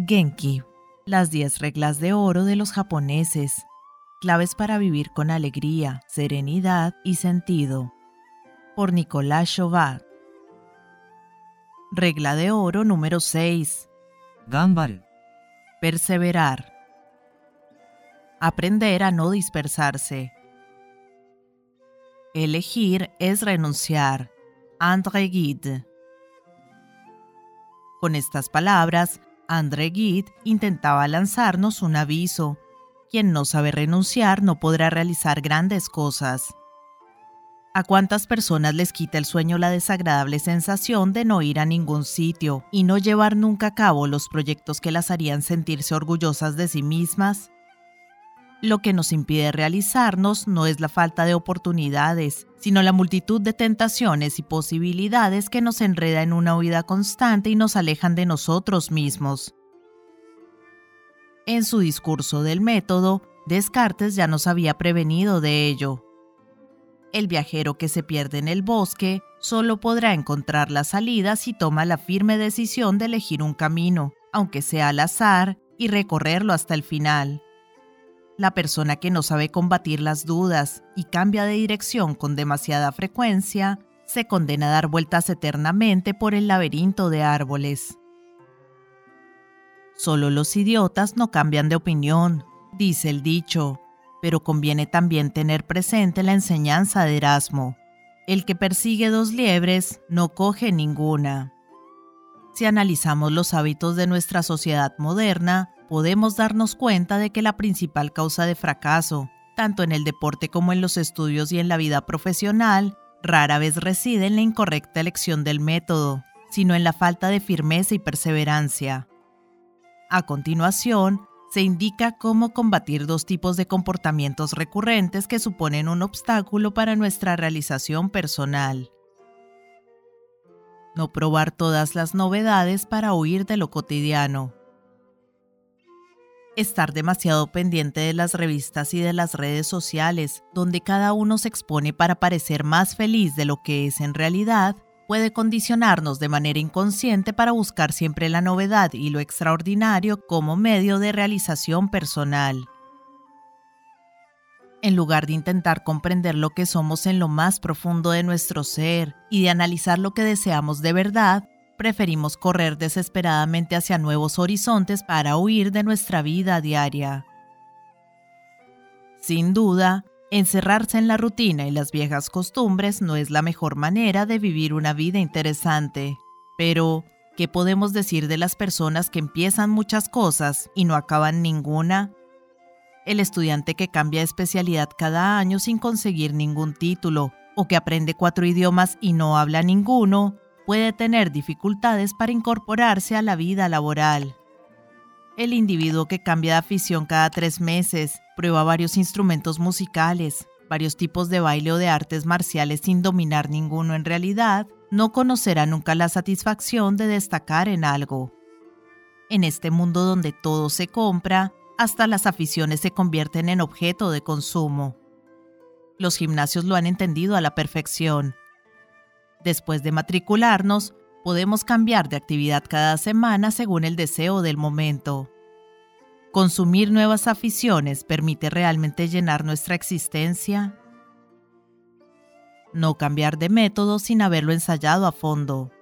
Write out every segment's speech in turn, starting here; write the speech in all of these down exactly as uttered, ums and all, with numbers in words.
Genki, las diez reglas de oro de los japoneses, claves para vivir con alegría, serenidad y sentido, por Nicolas Chauvat. Regla de oro número seis. 頑張る Perseverar. Aprender a no dispersarse. Elegir es renunciar. André Gide. Con estas palabras, André Gide intentaba lanzarnos un aviso. Quien no sabe renunciar no podrá realizar grandes cosas. ¿A cuántas personas les quita el sueño la desagradable sensación de no ir a ningún sitio y no llevar nunca a cabo los proyectos que las harían sentirse orgullosas de sí mismas? Lo que nos impide realizarnos no es la falta de oportunidades, sino la multitud de tentaciones y posibilidades que nos enreda en una huida constante y nos alejan de nosotros mismos. En su discurso del método, Descartes ya nos había prevenido de ello. El viajero que se pierde en el bosque solo podrá encontrar la salida si toma la firme decisión de elegir un camino, aunque sea al azar, y recorrerlo hasta el final. La persona que no sabe combatir las dudas y cambia de dirección con demasiada frecuencia, se condena a dar vueltas eternamente por el laberinto de árboles. Solo los idiotas no cambian de opinión, dice el dicho, pero conviene también tener presente la enseñanza de Erasmo. El que persigue dos liebres no coge ninguna. Si analizamos los hábitos de nuestra sociedad moderna, podemos darnos cuenta de que la principal causa de fracaso, tanto en el deporte como en los estudios y en la vida profesional, rara vez reside en la incorrecta elección del método, sino en la falta de firmeza y perseverancia. A continuación, se indica cómo combatir dos tipos de comportamientos recurrentes que suponen un obstáculo para nuestra realización personal. No probar todas las novedades para huir de lo cotidiano. Estar demasiado pendiente de las revistas y de las redes sociales, donde cada uno se expone para parecer más feliz de lo que es en realidad, puede condicionarnos de manera inconsciente para buscar siempre la novedad y lo extraordinario como medio de realización personal. En lugar de intentar comprender lo que somos en lo más profundo de nuestro ser y de analizar lo que deseamos de verdad, preferimos correr desesperadamente hacia nuevos horizontes para huir de nuestra vida diaria. Sin duda, encerrarse en la rutina y las viejas costumbres no es la mejor manera de vivir una vida interesante. Pero, ¿qué podemos decir de las personas que empiezan muchas cosas y no acaban ninguna? El estudiante que cambia de especialidad cada año sin conseguir ningún título, o que aprende cuatro idiomas y no habla ninguno, puede tener dificultades para incorporarse a la vida laboral. El individuo que cambia de afición cada tres meses, prueba varios instrumentos musicales, varios tipos de baile o de artes marciales sin dominar ninguno en realidad, no conocerá nunca la satisfacción de destacar en algo. En este mundo donde todo se compra, hasta las aficiones se convierten en objeto de consumo. Los gimnasios lo han entendido a la perfección. Después de matricularnos, podemos cambiar de actividad cada semana según el deseo del momento. ¿Consumir nuevas aficiones permite realmente llenar nuestra existencia? No cambiar de método sin haberlo ensayado a fondo.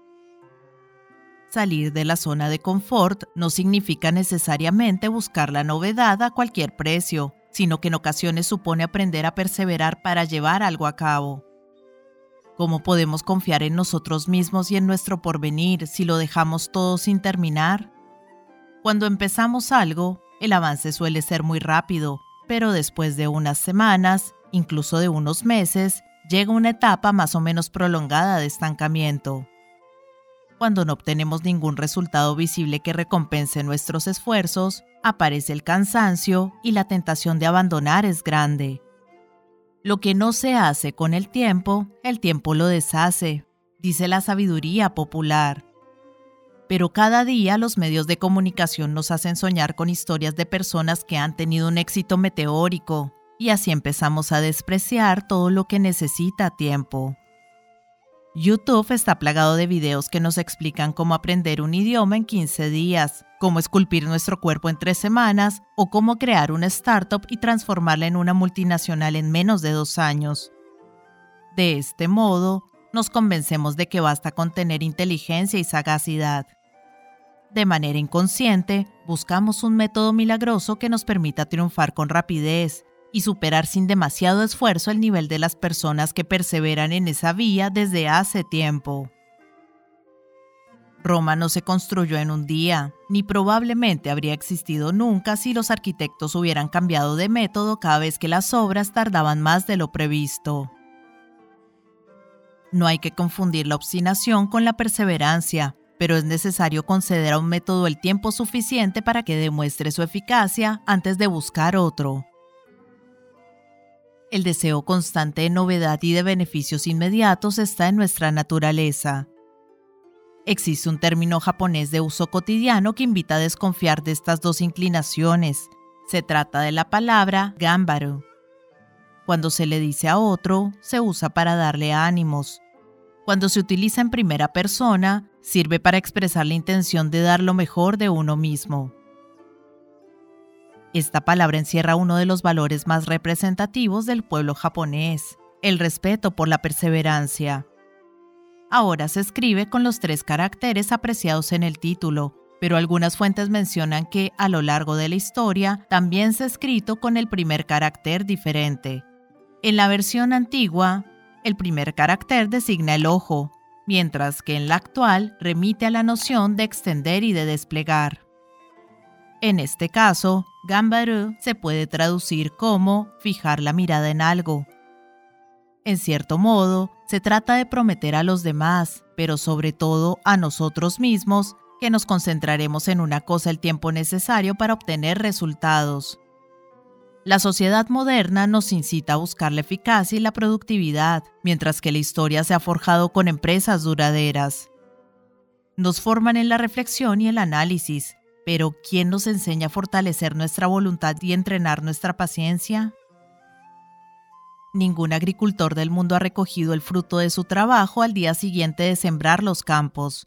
Salir de la zona de confort no significa necesariamente buscar la novedad a cualquier precio, sino que en ocasiones supone aprender a perseverar para llevar algo a cabo. ¿Cómo podemos confiar en nosotros mismos y en nuestro porvenir si lo dejamos todo sin terminar? Cuando empezamos algo, el avance suele ser muy rápido, pero después de unas semanas, incluso de unos meses, llega una etapa más o menos prolongada de estancamiento. Cuando no obtenemos ningún resultado visible que recompense nuestros esfuerzos, aparece el cansancio y la tentación de abandonar es grande. Lo que no se hace con el tiempo, el tiempo lo deshace, dice la sabiduría popular. Pero cada día los medios de comunicación nos hacen soñar con historias de personas que han tenido un éxito meteórico, y así empezamos a despreciar todo lo que necesita tiempo. YouTube está plagado de videos que nos explican cómo aprender un idioma en quince días, cómo esculpir nuestro cuerpo en tres semanas o cómo crear una startup y transformarla en una multinacional en menos de dos años. De este modo, nos convencemos de que basta con tener inteligencia y sagacidad. De manera inconsciente, buscamos un método milagroso que nos permita triunfar con rapidez y superar sin demasiado esfuerzo el nivel de las personas que perseveran en esa vía desde hace tiempo. Roma no se construyó en un día, ni probablemente habría existido nunca si los arquitectos hubieran cambiado de método cada vez que las obras tardaban más de lo previsto. No hay que confundir la obstinación con la perseverancia, pero es necesario conceder a un método el tiempo suficiente para que demuestre su eficacia antes de buscar otro. El deseo constante de novedad y de beneficios inmediatos está en nuestra naturaleza. Existe un término japonés de uso cotidiano que invita a desconfiar de estas dos inclinaciones. Se trata de la palabra ganbaru. Cuando se le dice a otro, se usa para darle ánimos. Cuando se utiliza en primera persona, sirve para expresar la intención de dar lo mejor de uno mismo. Esta palabra encierra uno de los valores más representativos del pueblo japonés, el respeto por la perseverancia. Ahora se escribe con los tres caracteres apreciados en el título, pero algunas fuentes mencionan que a lo largo de la historia también se ha escrito con el primer carácter diferente. En la versión antigua, el primer carácter designa el ojo, mientras que en la actual remite a la noción de extender y de desplegar. En este caso, ganbaru se puede traducir como fijar la mirada en algo. En cierto modo, se trata de prometer a los demás, pero sobre todo a nosotros mismos, que nos concentraremos en una cosa el tiempo necesario para obtener resultados. La sociedad moderna nos incita a buscar la eficacia y la productividad, mientras que la historia se ha forjado con empresas duraderas. Nos forman en la reflexión y el análisis, pero ¿quién nos enseña a fortalecer nuestra voluntad y entrenar nuestra paciencia? Ningún agricultor del mundo ha recogido el fruto de su trabajo al día siguiente de sembrar los campos.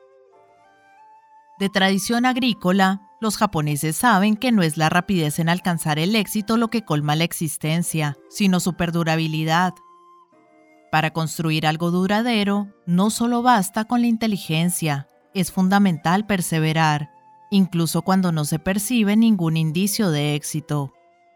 De tradición agrícola, los japoneses saben que no es la rapidez en alcanzar el éxito lo que colma la existencia, sino su perdurabilidad. Para construir algo duradero, no solo basta con la inteligencia, es fundamental perseverar, incluso cuando no se percibe ningún indicio de éxito.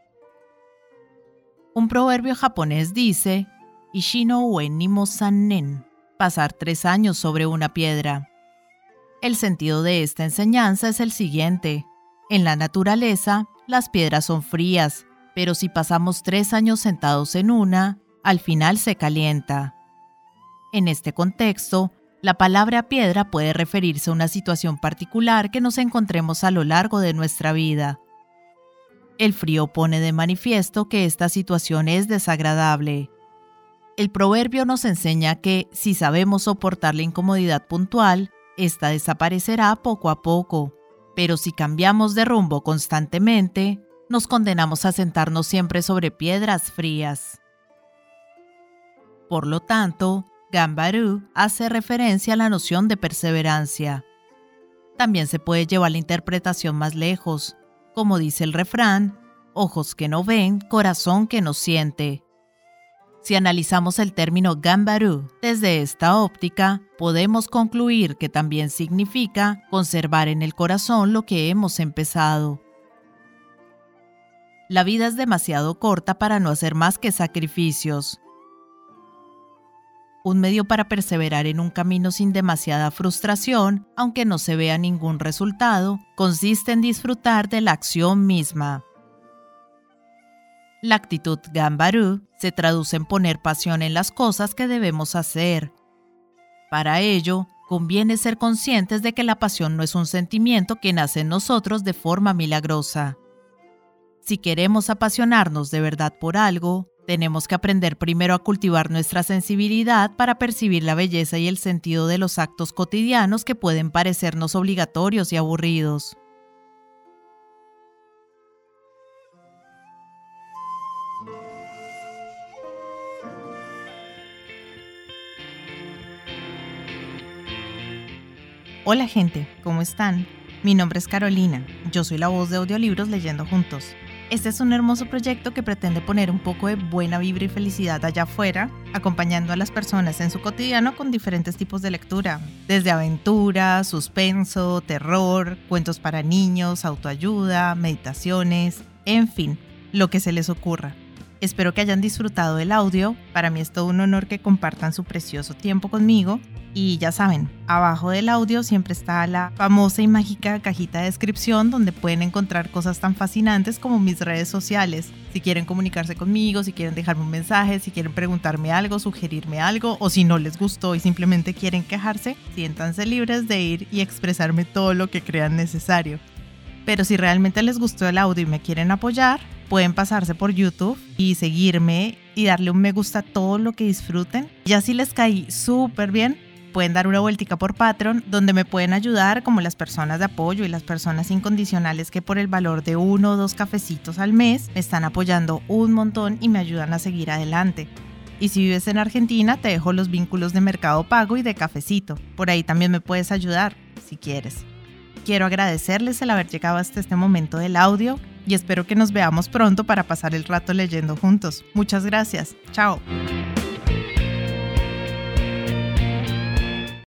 Un proverbio japonés dice, "Ishi no ue ni mo sannen", pasar tres años sobre una piedra. El sentido de esta enseñanza es el siguiente. En la naturaleza, las piedras son frías, pero si pasamos tres años sentados en una, al final se calienta. En este contexto, la palabra piedra puede referirse a una situación particular que nos encontremos a lo largo de nuestra vida. El frío pone de manifiesto que esta situación es desagradable. El proverbio nos enseña que, si sabemos soportar la incomodidad puntual, esta desaparecerá poco a poco, pero si cambiamos de rumbo constantemente, nos condenamos a sentarnos siempre sobre piedras frías. Por lo tanto, ganbaru hace referencia a la noción de perseverancia. También se puede llevar la interpretación más lejos. Como dice el refrán, ojos que no ven, corazón que no siente. Si analizamos el término ganbaru desde esta óptica, podemos concluir que también significa conservar en el corazón lo que hemos empezado. La vida es demasiado corta para no hacer más que sacrificios. Un medio para perseverar en un camino sin demasiada frustración, aunque no se vea ningún resultado, consiste en disfrutar de la acción misma. La actitud ganbaru se traduce en poner pasión en las cosas que debemos hacer. Para ello, conviene ser conscientes de que la pasión no es un sentimiento que nace en nosotros de forma milagrosa. Si queremos apasionarnos de verdad por algo, tenemos que aprender primero a cultivar nuestra sensibilidad para percibir la belleza y el sentido de los actos cotidianos que pueden parecernos obligatorios y aburridos. Hola gente, ¿cómo están? Mi nombre es Carolina, yo soy la voz de Audiolibros Leyendo Juntos. Este es un hermoso proyecto que pretende poner un poco de buena vibra y felicidad allá afuera, acompañando a las personas en su cotidiano con diferentes tipos de lectura, desde aventura, suspenso, terror, cuentos para niños, autoayuda, meditaciones, en fin, lo que se les ocurra. Espero que hayan disfrutado del audio, para mí es todo un honor que compartan su precioso tiempo conmigo. Y ya saben, abajo del audio siempre está la famosa y mágica cajita de descripción donde pueden encontrar cosas tan fascinantes como mis redes sociales. Si quieren comunicarse conmigo, si quieren dejarme un mensaje, si quieren preguntarme algo, sugerirme algo o si no les gustó y simplemente quieren quejarse, siéntanse libres de ir y expresarme todo lo que crean necesario. Pero si realmente les gustó el audio y me quieren apoyar, pueden pasarse por YouTube y seguirme y darle un me gusta a todo lo que disfruten. Ya si les caí súper bien, pueden dar una vueltica por Patreon, donde me pueden ayudar como las personas de apoyo y las personas incondicionales que por el valor de uno o dos cafecitos al mes me están apoyando un montón y me ayudan a seguir adelante. Y si vives en Argentina, te dejo los vínculos de Mercado Pago y de Cafecito. Por ahí también me puedes ayudar, si quieres. Quiero agradecerles el haber llegado hasta este momento del audio y espero que nos veamos pronto para pasar el rato leyendo juntos. Muchas gracias. Chao.